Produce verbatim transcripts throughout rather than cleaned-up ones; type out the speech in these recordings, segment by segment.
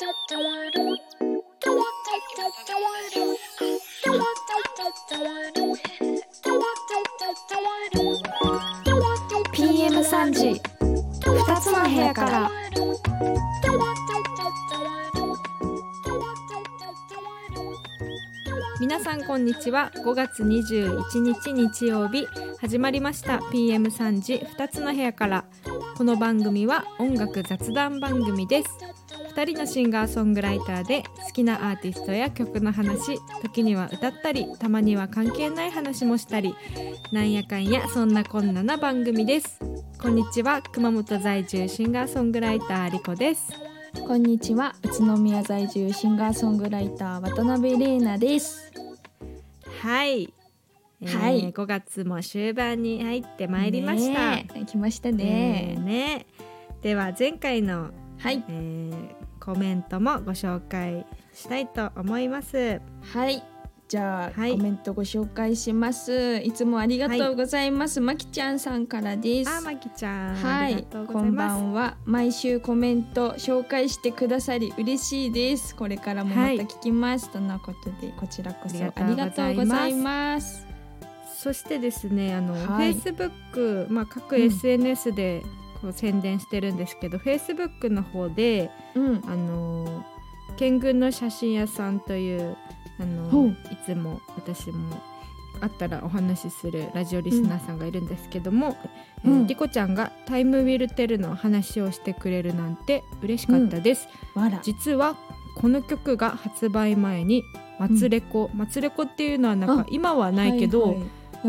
ピーエムさん 時ふたつの部屋から。 皆さんこんにちは。ごがつにじゅういちにち日曜日、始まりました ピーエムさん 時ふたつの部屋から。この番組は音楽雑談番組です。ふたりのシンガーソングライターで好きなアーティストや曲の話、時には歌ったり、たまには関係ない話もしたり、なんやかんやそんなこんなな番組です。こんにちは。熊本在住シンガーソングライターリコです。 こんにちは。宇都宮在住シンガーソングライター渡辺玲奈です。 はい、えーはい、ごがつも終盤に入ってまいりました。 ね、来ましたね。 えー、ねでは前回の、 はいえー、コメントもご紹介したいと思います。 はい、じゃあ、はい、コメントご紹介します。いつもありがとうございます。はい、まきちゃんさんからです。 あ、まきちゃん、 はい、 ありがとうございます。 こんばんは。毎週コメント紹介してくださり嬉しいです。これからもまた聞きます、はい、とのことで、こちらこそありがとうございます。 そしてですね、あの、 はい、 Facebook、まあ、各 エスエヌエス でこう宣伝してるんですけど、うん、Facebook の方で、うん、あの県軍の写真屋さんというあのいつも私もあったらお話しするラジオリスナーさんがいるんですけども、うんえー、リコちゃんがタイムウィルテルの話をしてくれるなんて嬉しかったです、 うん、 実はこの曲が発売前に松レコ、うん、松レコっていうのはなんか今はないけど、はいはい、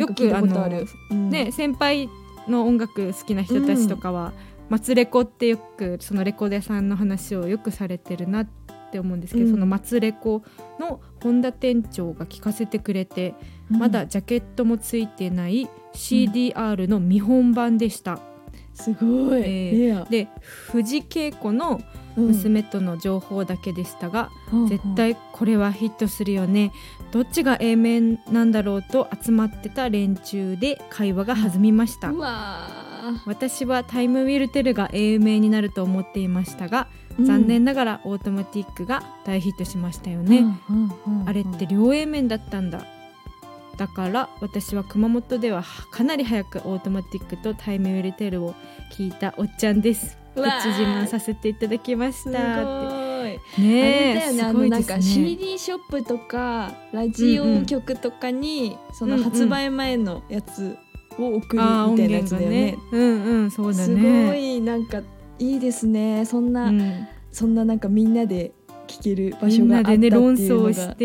よくあの、うんね、先輩の音楽好きな人たちとかは、うん、松レコってよくそのレコード屋さんの話をよくされてるなって思うんですけど、うん、その松レコの本田店長が聴かせてくれて、うん、まだジャケットもついてない シーディーアール の見本版でした、うん、 すごい、 えー、で藤恵子の娘との情報だけでしたが、うん、絶対これはヒットするよね、どっちが A 面なんだろうと集まってた連中で会話が弾みました、 うん、うわ私はタイムウィルテルが A 面になると思っていましたが、うん、残念ながらオートマティックが大ヒットしましたよね、うんうんうんうん、あれって両 A 面だったんだ。だから私は熊本ではかなり早くオートマティックとタイムウィルテルを聞いたおっちゃんです。プチ自慢させていただきました。 すごいねえ、 あれだよね、あのなんか シーディー ショップとかラジオ局とかに、うんうん、その発売前のやつを送るみたいなやつだよね。 うんうん、そうだね。 すごいなんかいいですね。そんな、うん、そんななんかみんなで聞ける場所があったっていうのが、 みんなでね論争して、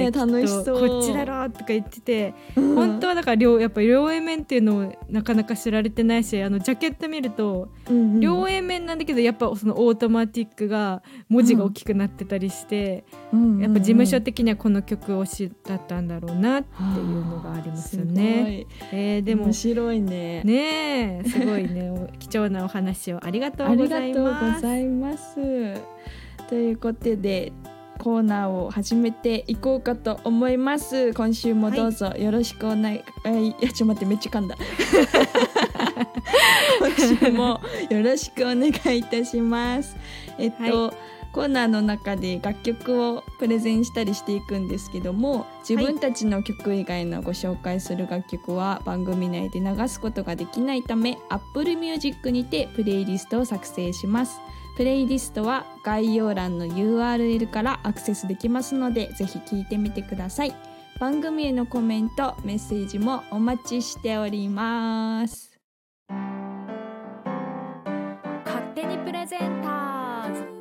ね、楽しそう。 こっちだろとか言ってて、うん、本当はだから両やっぱ両 A 面っていうのをなかなか知られてないし、あのジャケット見ると、うんうん、両 A 面なんだけどやっぱそのオートマティックが文字が大きくなってたりして、うん、やっぱ事務所的にはこの曲推しだったんだろうなっていうのがありますよね。えー、でも面白いね。 ねえ、すごいね貴重なお話をありがとうございます。 ありがとうございます。ということでコーナーを始めていこうかと思います。今週もどうぞよろしくお願い、はい、いやちょっと待ってめっちゃ噛んだ今週もよろしくお願いいたします。えっと、はい、コーナーの中で楽曲をプレゼンしたりしていくんですけども、自分たちの曲以外のご紹介する楽曲は番組内で流すことができないため Apple Music にてプレイリストを作成します。プレイリストは概要欄の ユーアールエル からアクセスできますので、ぜひ聞いてみてください。番組へのコメント、メッセージもお待ちしております。 勝手にプレゼンターズ。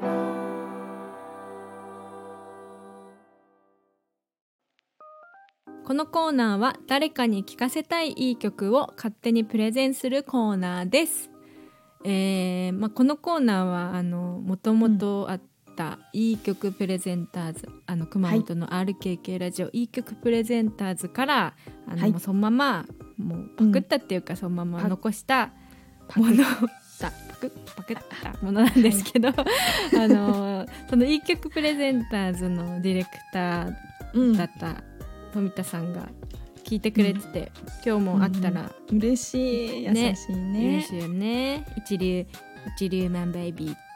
このコーナーは誰かに聴かせたいいい曲を勝手にプレゼンするコーナーです。えーまあ、このコーナーはあのもともとあったいい曲プレゼンターズ、うん、あの熊本の アールケーケー ラジオ、はい、いい曲プレゼンターズからあの、はい、もうそのままもうパクったっていうか、うん、そのまま残したものパクパクったものなんですけど、うん、あのそのいい曲プレゼンターズのディレクターだった富田さんが聞いてくれてて、うん、今日もあったら、 うん、嬉しい、優しいね、 嬉しいよね。一流一流マンベイビーっ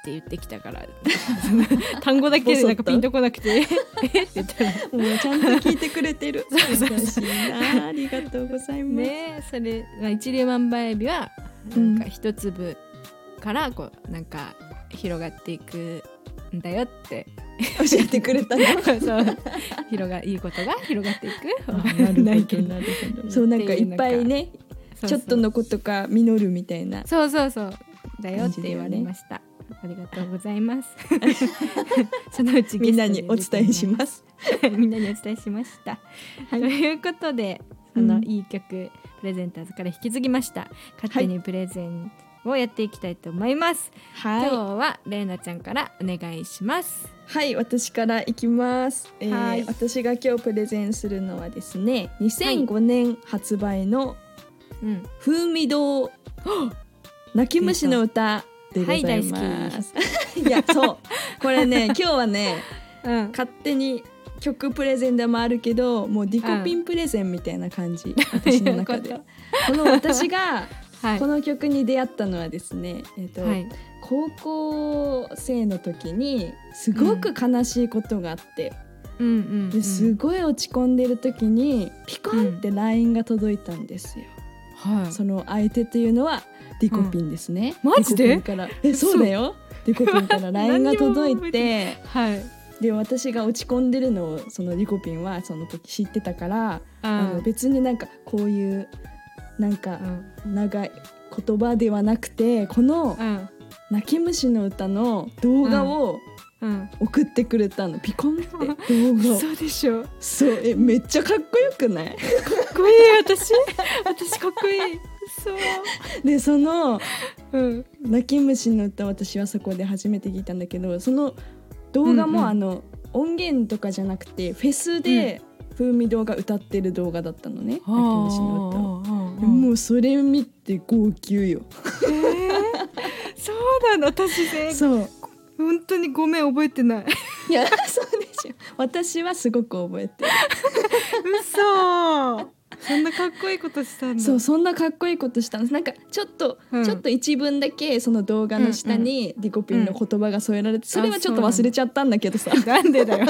って言ってきたから単語だけでなんかピンとこなくてえって言ったらもうちゃんと聞いてくれてるそうそう優しいな、ありがとうございますね。それ一粒万倍エビはなんか一粒からこうなんか広がっていくんだよって教えてくれたのそう広がいいことが広がっていくなるほどなるほどそうなんかいっぱいねそうそうちょっとのことが実るみたいなそうそうそうだよって言われました、ね、ありがとうございますそのうちみんなにお伝えしますみんなにお伝えしました、はい、ということでそのいい曲、うん、プレゼンターズから引き継ぎました勝手にプレゼンをやっていきたいと思います、はい、今日はれいなちゃんからお願いします。 はい、私からいきます、えーはい、私が今日プレゼンするのはですねにせんごねん発売の風味堂泣き虫の歌でございます、はい、いやそうこれね今日はね、うん、勝手に曲プレゼンでもあるけどもうディコピンプレゼンみたいな感じ、うん、私の中でこの私がこの曲に出会ったのはですね、えーとはい、高校生の時にすごく悲しいことがあって、うんうんうん、ですごい落ち込んでる時にピコンって ライン が届いたんですよ、はい、その相手というのはディコピンですね、 うん、マジで？ ディコピンからえそうだよディコピンから ライン が届いてはい、で私が落ち込んでるのをそのディコピンはその時知ってたからあの別になんかこういうなんか長い言葉ではなくてこの泣き虫の歌の動画を送ってくれたの、ピコンって動画をそうでしょそうえめっちゃかっこよくない？かっこいい私私かっこいいそうでその、うん、泣き虫の歌私はそこで初めて聞いたんだけどその動画も、うんうん、あの音源とかじゃなくてフェスで、うん風味堂が歌ってる動画だったのね、泣き虫の歌をもうそれ見て号泣よ、 えー、そうなの私ねそう本当にごめん覚えてないいやそうでしょ私はすごく覚えてる嘘そんなかっこいいことしたんだそうそんなかっこいいことしたんですなんかちょっと、うん、ちょっと一文だけその動画の下にディコピンの言葉が添えられて、うん、それはちょっと忘れちゃったんだけどさなんでだよ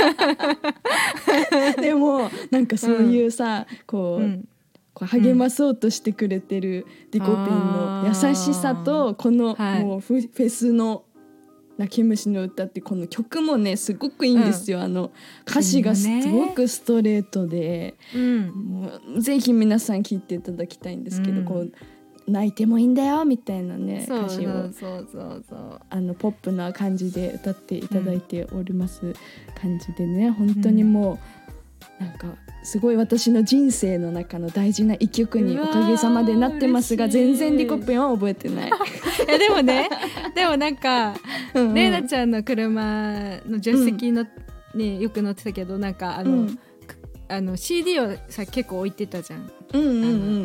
でもなんかそういうさ、うん、こう、うん、こう励まそうとしてくれてるディコピンの優しさとこの、はい、もうフェスの泣き虫の歌ってこの曲もねすごくいいんですよ、うん、あの歌詞がすごくストレートで、うん、もうぜひ皆さん聴いていただきたいんですけど、うん、こう泣いてもいいんだよみたいなね歌詞をあのポップな感じで歌っていただいております感じでね、うん、本当にもうなんかすごい私の人生の中の大事な一曲におかげさまでなってますが全然ディコピンは覚えてないえでもねでもなんかうん、レイナちゃんの車の助手席の、うん、によく乗ってたけどなんかあの、うん、あの シーディー をさ結構置いてたじゃん、うんうんうん、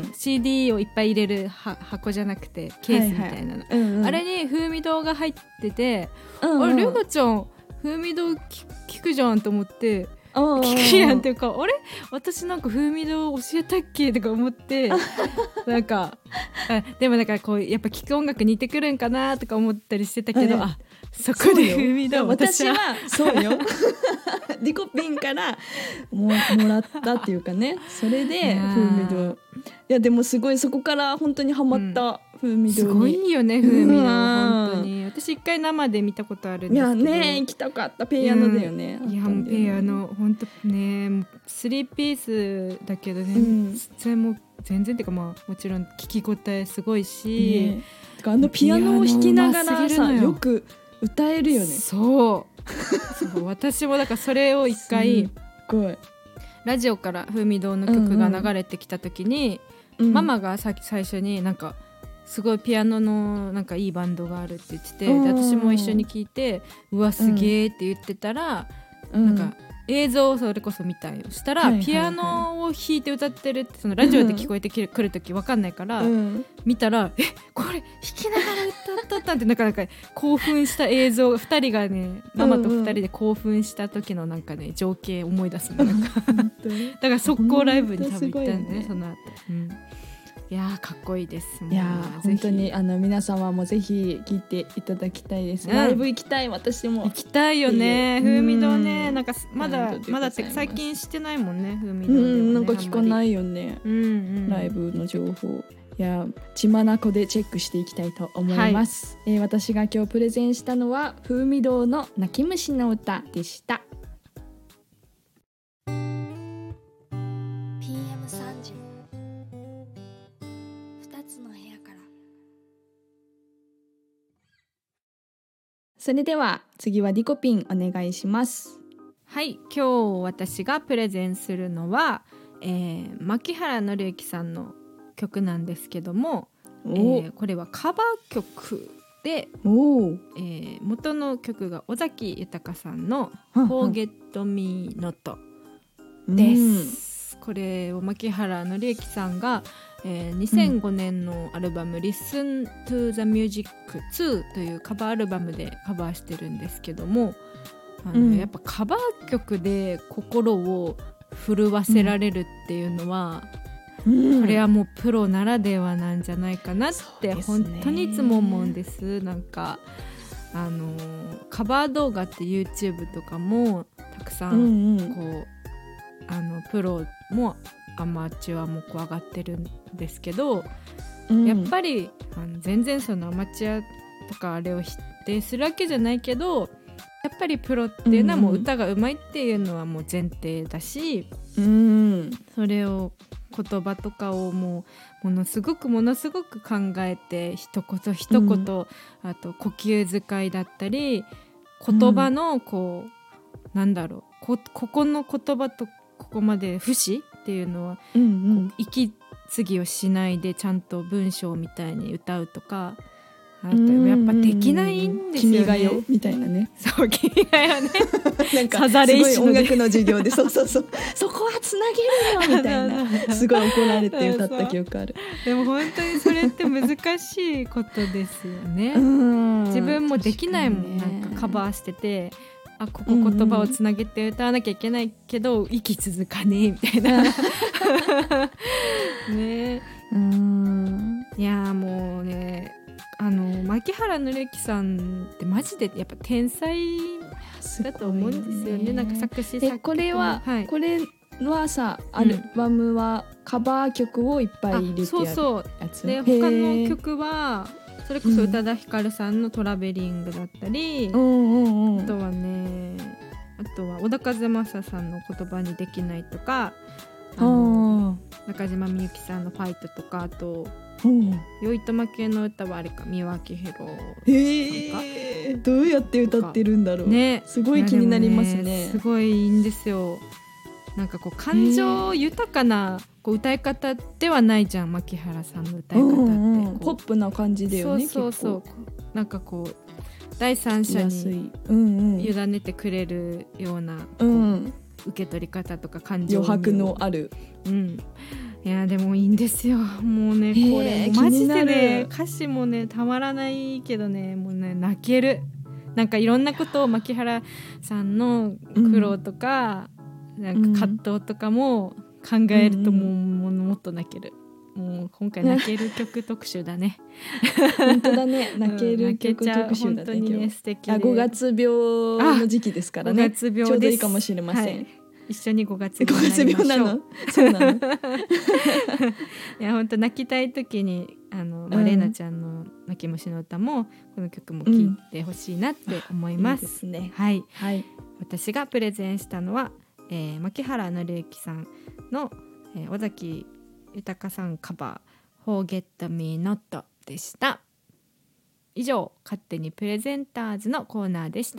シーディー をいっぱい入れるは箱じゃなくてケースみたいなの、はいはいうんうん、あれに風味堂が入ってて、うんうん、あれレイナちゃん風味堂聞くじゃんと思って聞くやんっていうかあれ私なんか風味堂教えたっけとか思ってなんかあでもなんかこうやっぱ聴く音楽似てくるんかなとか思ったりしてたけど、あそこで風味堂私はそうよディコピンからも, もらったっていうかねそれで風味堂いやでもすごいそこから本当にハマった、うん風味堂にすごいよね風味堂本当に私一回生で見たことあるんですけどいやね行きたかったペアノだよね、 うん、いやもうペアノ本当ねスリーピースだけどね、うん、それも全然っていうかまあもちろん聞き応えすごいし、 ね、あのピアノを弾きながらさよく歌えるよねそうそう私もだからそれを一回すごいラジオから風味堂の曲が流れてきた時に、うんうん、ママがさっき最初になんかすごいピアノのなんかいいバンドがあるって言ってて、で私も一緒に聞いてうわすげーって言ってたら、うん、なんか映像をそれこそ見たよしたら、はいはいはい、ピアノを弾いて歌ってるってそのラジオで聞こえてくるとき分かんないから、うん、見たらえこれ弾きながら歌ったってなんかなんか興奮した映像ふたりがねママとふたりで興奮した時のなんかね情景思い出すのなんかだから速攻ライブに多分行ったんで、ね、その後、うんいやーかっこいいです。 いやー本当にあの皆様もぜひ聞いていただきたいです、うん、ライブ行きたい。私も行きたいよね。風味堂ね、なんかまだまだって最近してないもんね。風味堂ではね、 うんなんか聞かないよね、 うんうん、 ライブの情報。いや血眼でチェックしていきたいと思います、はい。えー、私が今日プレゼンしたのは風味堂の泣き虫の歌でした。 ピーエムさんじゅう ふたつの部屋から。 それでは次はリコピンお願いします。 はい、今日私がプレゼンするのは、えー、牧原紀之さんの曲なんですけども、えー、これはカバー曲で、 お、 えー、元の曲が尾崎豊さんの Forget Me Not です、うん、これを牧原紀之さんが、えー、にせんごねんのアルバム、うん、Listen to the Music ツーというカバーアルバムでカバーしてるんですけども、あの、うん、やっぱカバー曲で心を震わせられるっていうのは、うん、これはもうプロならではなんじゃないかなって本当にいつも思うんです。なんかあのカバー動画って YouTube とかもたくさんこう、うんうん、あのプロもアマチュアもこう上がってるんですけど、うん、やっぱりあの全然そのアマチュアとかあれを否定するわけじゃないけど、やっぱりプロっていうのはもう歌がうまいっていうのはもう前提だし、うん、それを言葉とかをもうものすごくものすごく考えて一言一言、うん、あと呼吸遣いだったり言葉のこう、うん、なんだろう こ, ここの言葉とここまで節っていうのは、うんうん、息継ぎをしないでちゃんと文章みたいに歌うとか、あとやっぱできないんですよね。 君がよみたいなね。 そう君がよね。 なんかすごい音楽の授業でそうそうそうそこはつなげるよみたいなすごい怒られて歌った記憶ある。 でも本当にそれって難しいことですよね。自分もできないもん、なんかカバーしてて、あここ言葉をつなげて歌わなきゃいけないけど、うんうん、息続かねえみたいなね。うーん、いやもうね、あの牧原紀之さんってマジでやっぱ天才だと思うんですよね。なんか作詞作曲、 これは、はい、これはさアルバムはカバー曲をいっぱい入れてやるやつ、そうそうで他の曲はそれこそ宇多田ヒカルさんのトラベリングだったり、うん、あとはねあとは小田和正さんの言葉にできないとか、あの中島みゆきさんのファイトとか、あと酔玉系の歌はあれか三輪明宏さんか、 えー、どうやって歌ってるんだろう、ね、すごい気になります ね, ねすごいいいんですよ。なんかこう感情豊かなこう歌い方ではないじゃん、牧原さんの歌い方って、うんうん、 ポップな感じだよね。 そうそうそう、なんかこう第三者に委ねてくれるような、うん、受け取り方とか感情余白のある、 うん、いやでもいいんですよ。もうねこれマジでね歌詞もねたまらないけどね、もうね泣ける。なんかいろんなことを牧原さんの苦労とか、うん、なんか葛藤とかも考えるともう、うん、も, もっと泣ける。もう今回泣ける曲特集だね本当だね、泣ける曲特集だね、うん、本当にね素敵で、あごがつ病の時期ですからね、ごがつ病です。ちょうどいいかもしれません、はい、 一緒にごがつ病になりましょう。ごがつ病なのそうなのいや本当泣きたい時にあの、まあ、レナちゃんの泣き虫の歌もこの曲も聴いてほしいなって思います、うん、いいですね、はい、はい、私がプレゼンしたのは、えー、牧原紀之さんの、えー、尾崎豊さんカバー Forget Me Not でした。以上勝手にプレゼンターズのコーナーでした。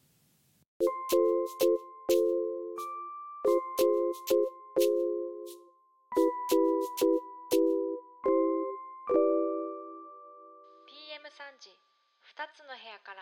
ピーエムさん 時ふたつの部屋から。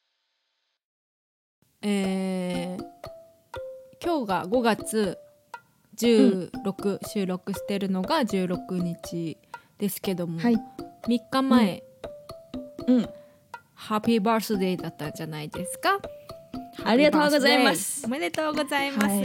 えー、今日がごがつじゅうろく、うん、収録してるのがじゅうろくにちですけども、はい、みっかまえ、うんうん、ハッピーバースデーだったんじゃないですか。 ありがとうございます。 おめでとうございます、はい、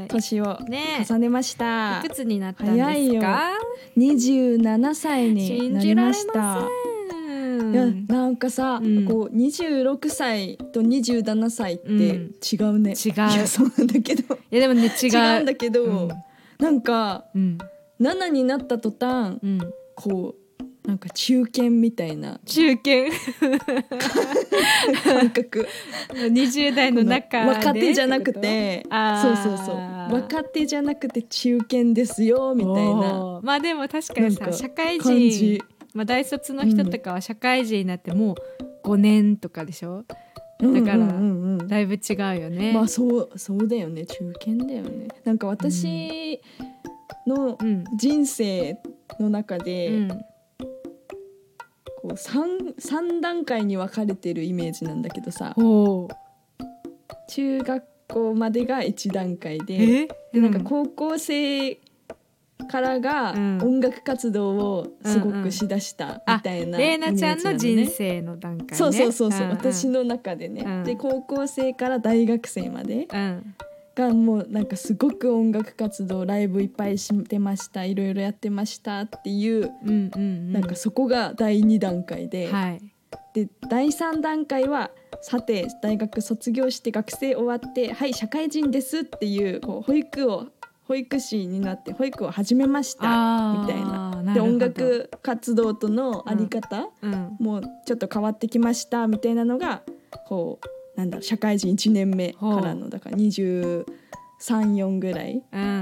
年を重ねました、 ね、いくつになったんですか？早いよ、 にじゅうななさいになりました。いやなんかさ、うん、こうにじゅうろくさいとにじゅうななさいって違うね、うん、違う。いやそうなんだけど、いやでもね違う違うんだけど、うん、なんか、うん、ななになった途端、うん、こうなんか中堅みたいな中堅感覚にじゅう代の中で若手じゃなくて、そうそうそう、若手じゃなくて中堅ですよみたいな。 まあでも確かにさ社会人、まあ、大卒の人とかは社会人になってもうごねんとかでしょ、うん、だからだいぶ違うよね、 まあそうそうだよね、中堅だよね。なんか私の人生の中で、うん、こう 3, さん段階に分かれてるイメージなんだけどさ、中学校までがいち段階で、でなんか高校生からが音楽活動をすごくしだしたみたいな、 レイナちゃんの人生の段階ね。 そうそうそうそう、うんうん、私の中でね、うん、で高校生から大学生までがもうなんかすごく音楽活動ライブいっぱいしてました、いろいろやってましたっていう、うんうんうん、なんかそこがだいに段階で、はい、でだいさん段階はさて大学卒業して学生終わってはい社会人ですっていう、こう保育を保育士になって保育を始めましたみたいな、で音楽活動とのあり方、うんうん、もうちょっと変わってきましたみたいなのがこうなんだ社会人いちねんめからのだからにじゅうさん、よんぐらい、うんうんうん、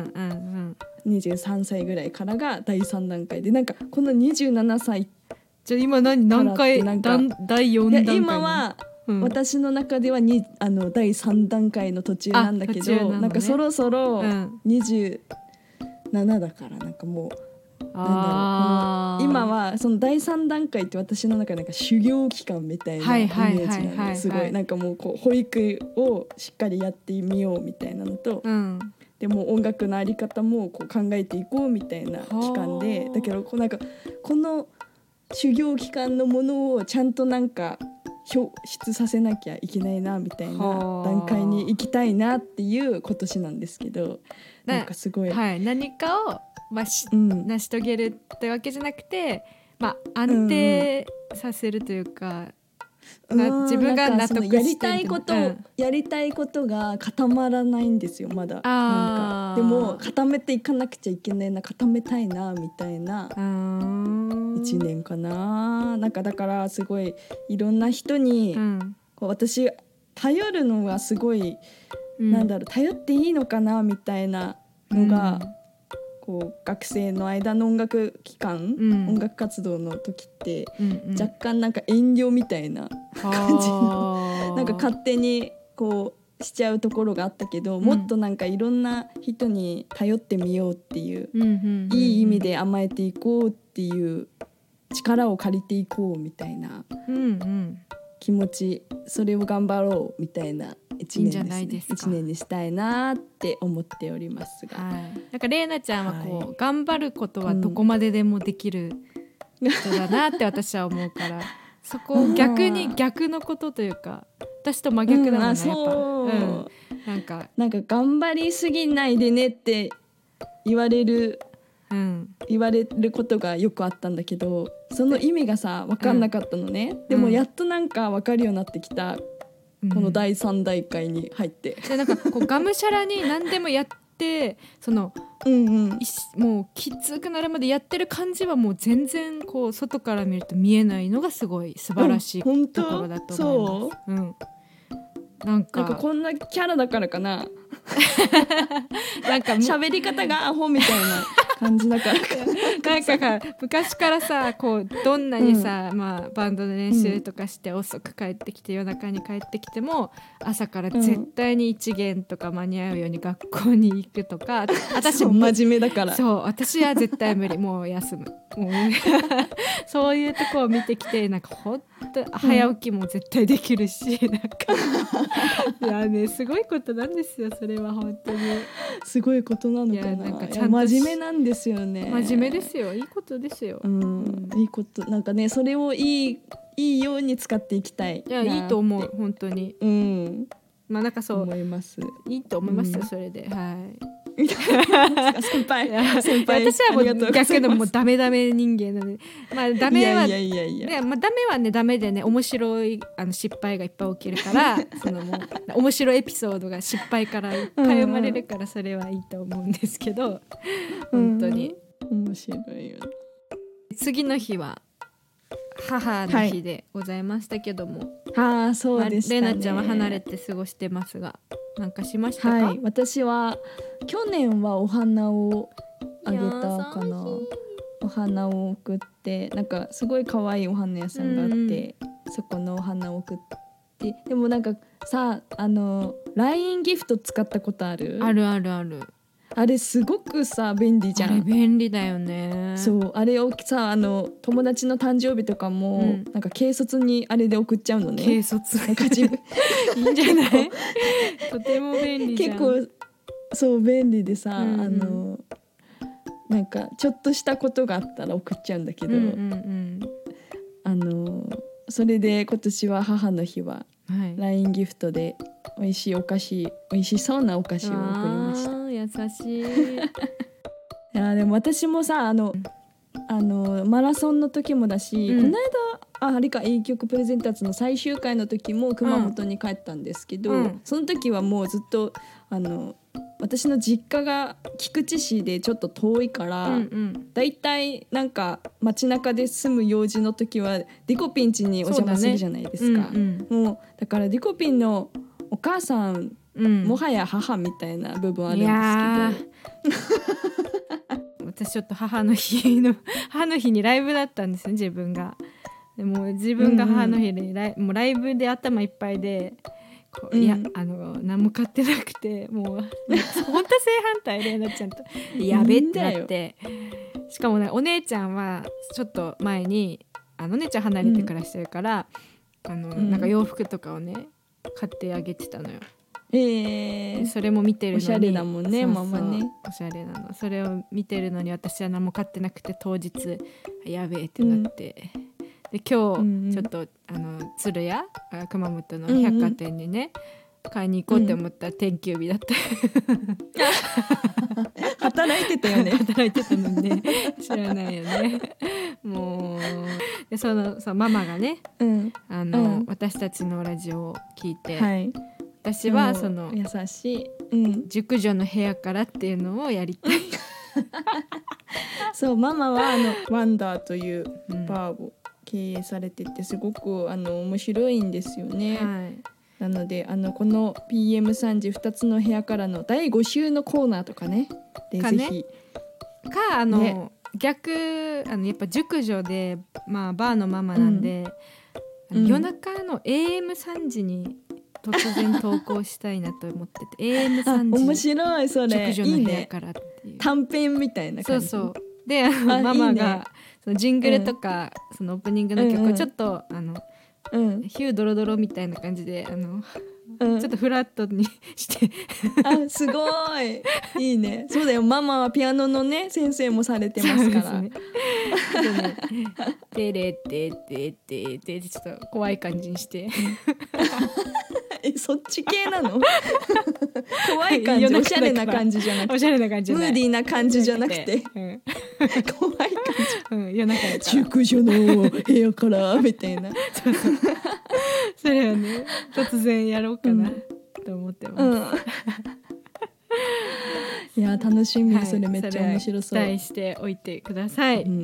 にじゅうさんさいぐらいからがだいさん段階で、なんかこのにじゅうななさいじゃあ今何何回だいよん段階？ 今はうん、私の中ではにあのだいさん段階の途中なんだけど、ね、なんかそろそろにじゅうななだからなんかもう、うん、なんだろう、今はそのだいさん段階って私の中でなんか修行期間みたいなイメージなんで、すごいなんかもうこう保育をしっかりやってみようみたいなのと、うん、でも音楽のあり方もこう考えていこうみたいな期間で、だけどこうなんかこの修行期間のものをちゃんとなんか表出させなきゃいけないなみたいな段階に行きたいなっていう今年なんですけど、なんかすごい、 はい、何かを、まあしうん、成し遂げるってわけじゃなくて、まあ、安定させるというか、うん、自分が納得してやりたいこと、うん、やりたいことが固まらないんですよまだ。なんかでも固めていかなくちゃいけないな、固めたいなみたいないちねんかな。なんかだからすごいいろんな人に、うん、こう私頼るのがすごい、うん、なんだろう、頼っていいのかなみたいなのが、うん、こう学生の間の音楽期間、うん、音楽活動の時って、うんうん、若干なんか遠慮みたいな感じのなんか勝手にこうしちゃうところがあったけど、うん、もっとなんかいろんな人に頼ってみようっていう、うんうんうんうん、いい意味で甘えていこうっていう力を借りていこうみたいな気持ち、それを頑張ろうみたいないちねんですね。いいんじゃないですか。いちねんにしたいなって思っておりますが、はい、 なんかレイナちゃんはこう、はい、頑張ることはどこまででもできる人だなって私は思うからそこを逆に逆のことというか私と真逆だもんね、うん、やっぱそう、うん、なんかなんか頑張りすぎないでねって言われる、うん、言われることがよくあったんだけど、その意味がさ分かんなかったのね、うん、でもやっとなんか分かるようになってきた、うん、このだいさん段階に入って、 でなんかこうがむしゃらに何でもやってそのうんうん、もうきつくなるまでやってる感じはもう全然こう外から見ると見えないのがすごい素晴らしい、うん、ところだと思います。そう、うん、なんか、 なんかこんなキャラだからかななんか喋り方がアホみたいな感じだからなんかか昔からさこうどんなにさ、うんまあ、バンドの練習とかして遅く帰ってきて、うん、夜中に帰ってきても朝から絶対に一限とか間に合うように学校に行くとか、 私も真面目だから、 そう私は絶対無理もう休むもうそういうとこを見てきてなんかほんと早起きも絶対できるし、うん、なんかいやねすごいことなんですよそれは本当にすごいことなのかな。いやなんかちゃんと真面目なんですよね。 真面目ですよ、いいことですよ、うんうん、いいことなんかね、それをいいいいように使っていきたい。 いやいいと思う本当に、 うん、 まあなんかそう思いますいいと思いますよ、 うんそれではい先輩先輩私はもありがとうございますう逆のもうダメダメ人間なのでまあダメはいやいやいやいやでまあ、ダメはねダメでね面白いあの失敗がいっぱい起きるからそのもう面白いエピソードが失敗からいっぱい生まれるからそれはいいと思うんですけど本当に、 うん、面白いよね。 次の日は母の日でございましたけども、 ああそうでしたね、 まあ、レナちゃんは離れて過ごしてますがなんかしましたか？ はい、私は去年はお花をあげたかな。お花を送ってなんかすごい可愛いお花屋さんがあって、うん、そこのお花を送ってでもなんかさあの ライン ギフト使ったことある？ あるあるある。 あれすごくさ便利じゃん。 あれ便利だよね。 そうあれをさあの友達の誕生日とかも、うん、なんか軽率にあれで送っちゃうのね。 軽率なんか自分いいんじゃないとても便利じゃん。 結構そう便利でさ、 うんうん、 あのなんかちょっとしたことがあったら送っちゃうんだけど、 うんうんうん、 あのそれで今年は母の日は ライン ギフトで美味しいお菓子美味しそうなお菓子を送りました。 優しいいやでも私もさあの、うん、あのマラソンの時もだし、うん、この間ああれか A 局プレゼンターズの最終回の時も熊本に帰ったんですけど、うん、その時はもうずっとあの私の実家が菊池市でちょっと遠いから、うんうん、だいたいなんか街中で住む用事の時はディコピン家にお邪魔するじゃないですか。 だ,、ねうんうん、もうだからディコピンのお母さん、うん、もはや母みたいな部分あるんですけど私ちょっと母の日の母の日にライブだったんですね自分が。でも自分が母の日でライ、うんうん、もうライブで頭いっぱいでこう、うん、いやあの何も買ってなくてもう本当正反対でなっちゃんとやべってなってしかもねお姉ちゃんはちょっと前にあのお姉ちゃん離れて暮らしてるから、うん、あのなんか洋服とかをね買ってあげてたのよ。 えー、 それも見てるのにおしゃれだもんね。そうそうママねおしゃれなの。それを見てるのに私は何も買ってなくて当日やべえってなって、うん、で今日、うんうん、ちょっとあの鶴屋熊本の百貨店にね、うんうん、買いに行こうって思ったら定休日だった、 うん、働いてたよね働いてたのにね知らないよねもうでそのそうママがね、うん、あの、うん、私たちのラジオを聞いて、はい、私はその優しい、うん、 熟女の部屋からっていうのをやりたいそうママはあのワンダーというバーを経営されててすごくあの面白いんですよね、はい、なのであのこの ピーエムさんじふたつの部屋からのだいご週のコーナーとかねでかねぜひかあの、ね、逆あのやっぱ熟女で、まあ、バーのママなんで、うん、夜中の エーエムさん 時に突然投稿したいなと思っててエーエムさん 時面白いそれ熟女の部屋からっていういい、ね、 短編みたいな感じ。 そうそうであのママがいい、ね、そのジングルとか、うん、そのオープニングの曲をちょっと、うんうん、あの、うん、ヒュードロドロみたいな感じであの、うん、ちょっとフラットにしてあすごいいいね。そうだよママはピアノのね先生もされてますから。 テレテテテテちょっと怖い感じにしてえそっち系なの怖い感じおしゃれな感じじゃなくておしゃれな感じムーディーな感じじゃなくて、うん、怖い感じ、 うん、夜中やから熟女の部屋からみたいなそうそうそれはね突然やろうかな、うん、と思ってます、うんいや楽しみ、はい、それめっちゃ面白そう。 期待しておいてください、うん、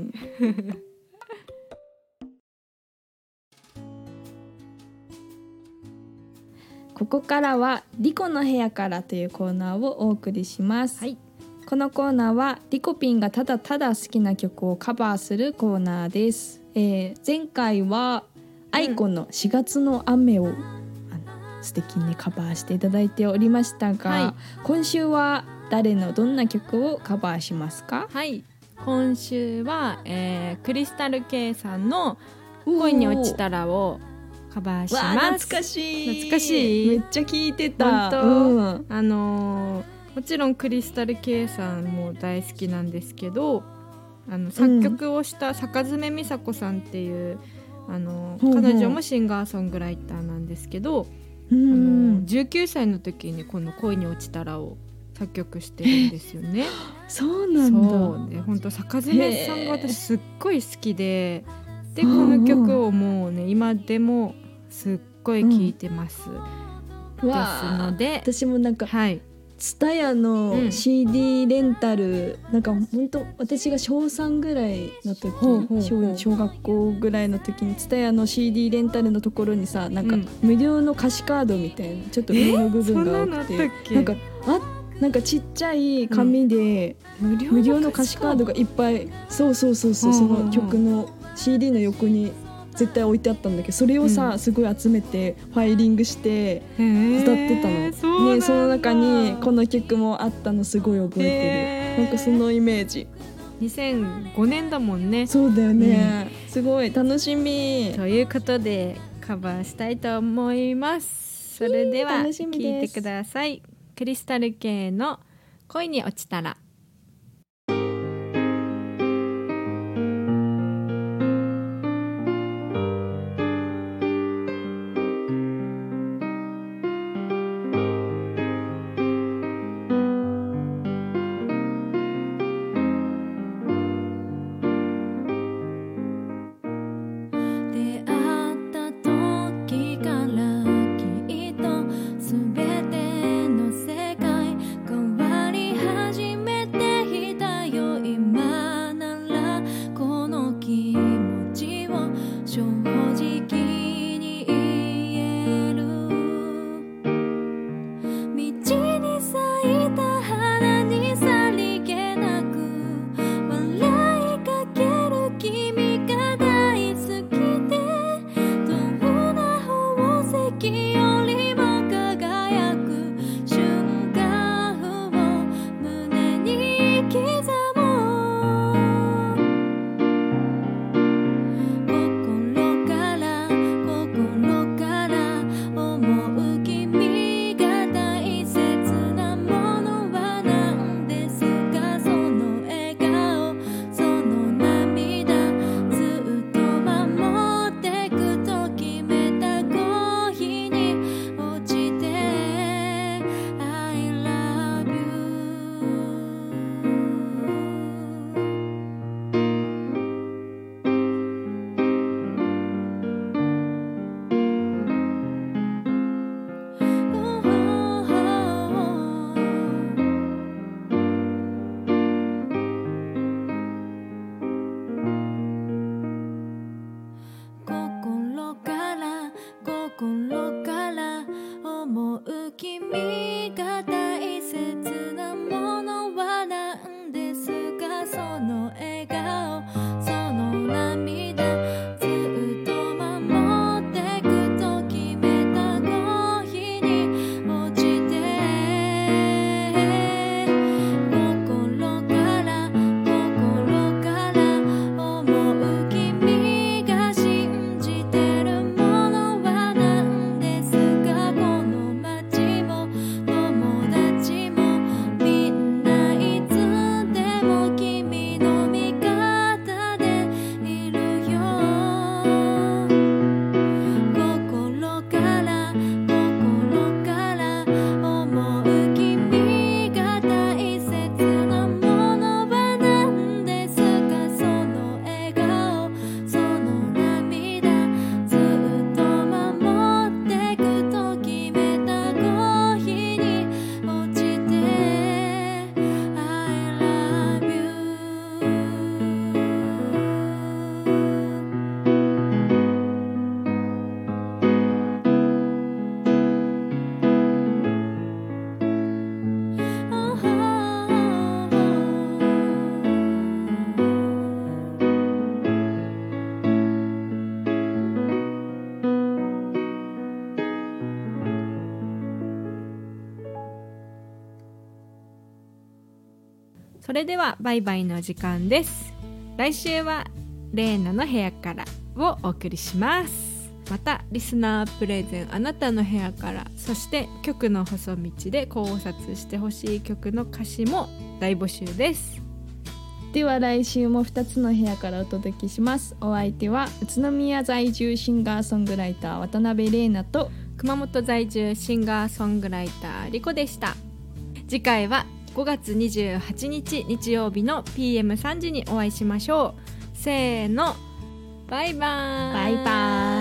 ここからはリコの部屋からというコーナーをお送りします、はい、このコーナーはリコピンがただただ好きな曲をカバーするコーナーです、えー、前回はアイコのしがつの雨を、うん、あの素敵にカバーしていただいておりましたが、はい、今週は誰のどんな曲をカバーしますか？ はい、今週は、えー、クリスタル K さんの恋に落ちたらをカバーします。わ懐かしい懐かしいめっちゃ聴いてた。 本当、うん、あのー、もちろんクリスタル K さんも大好きなんですけどあの作曲をした坂爪美佐子さんっていう、あのー、彼女もシンガーソングライターなんですけど、 うあんのじゅうきゅうさいの時にこの恋に落ちたらを作曲してるんですよね。 そうなんだ。 そうで本当坂爪さんが私すっごい好きで、でへーこの曲をもうね今でもすっごい聴いてます、 うわですーので私もなんかはいツタヤうのんシーディー レンタル、なんか本当私が小さんぐらいの時、 ほうほうほう小小学校ぐらいの時にツタヤの シーディー レンタルのところにさ、なんかうん無料の歌詞カードみたいなちょっと上の部分が多くて、 そんなのあったっけなんかあなんかちっちゃい紙で無料無料の歌詞カードがいっぱい、そうそうそうそう、その曲の シーディー の横に絶対置いてあったんだけど、それをさ、 うんすごい集めてファイリングして歌歌ってたの、 そうなんだね、その中にこの曲もあったのすごい覚えてる。なんかそのイメージ。 にせんごねんだもんね。 そうだよね、うん、すごい楽しみということでカバーしたいと思います。それでは楽しみです。 聴いてください。クリスタル系の恋に落ちたら。それではバイバイの時間です。来週はレーナの部屋からをお送りします。またリスナープレゼンあなたの部屋から、そして曲の細道で考察してほしい曲の歌詞も大募集です。 では来週もふたつの部屋からお届けします。お相手は宇都宮在住シンガーソングライター渡辺玲奈と熊本在住シンガーソングライターリコでした。次回はごがつにじゅうはちにち日曜日の ピーエムさん 時にお会いしましょう。せーの、バイバーイ。 バイバイ。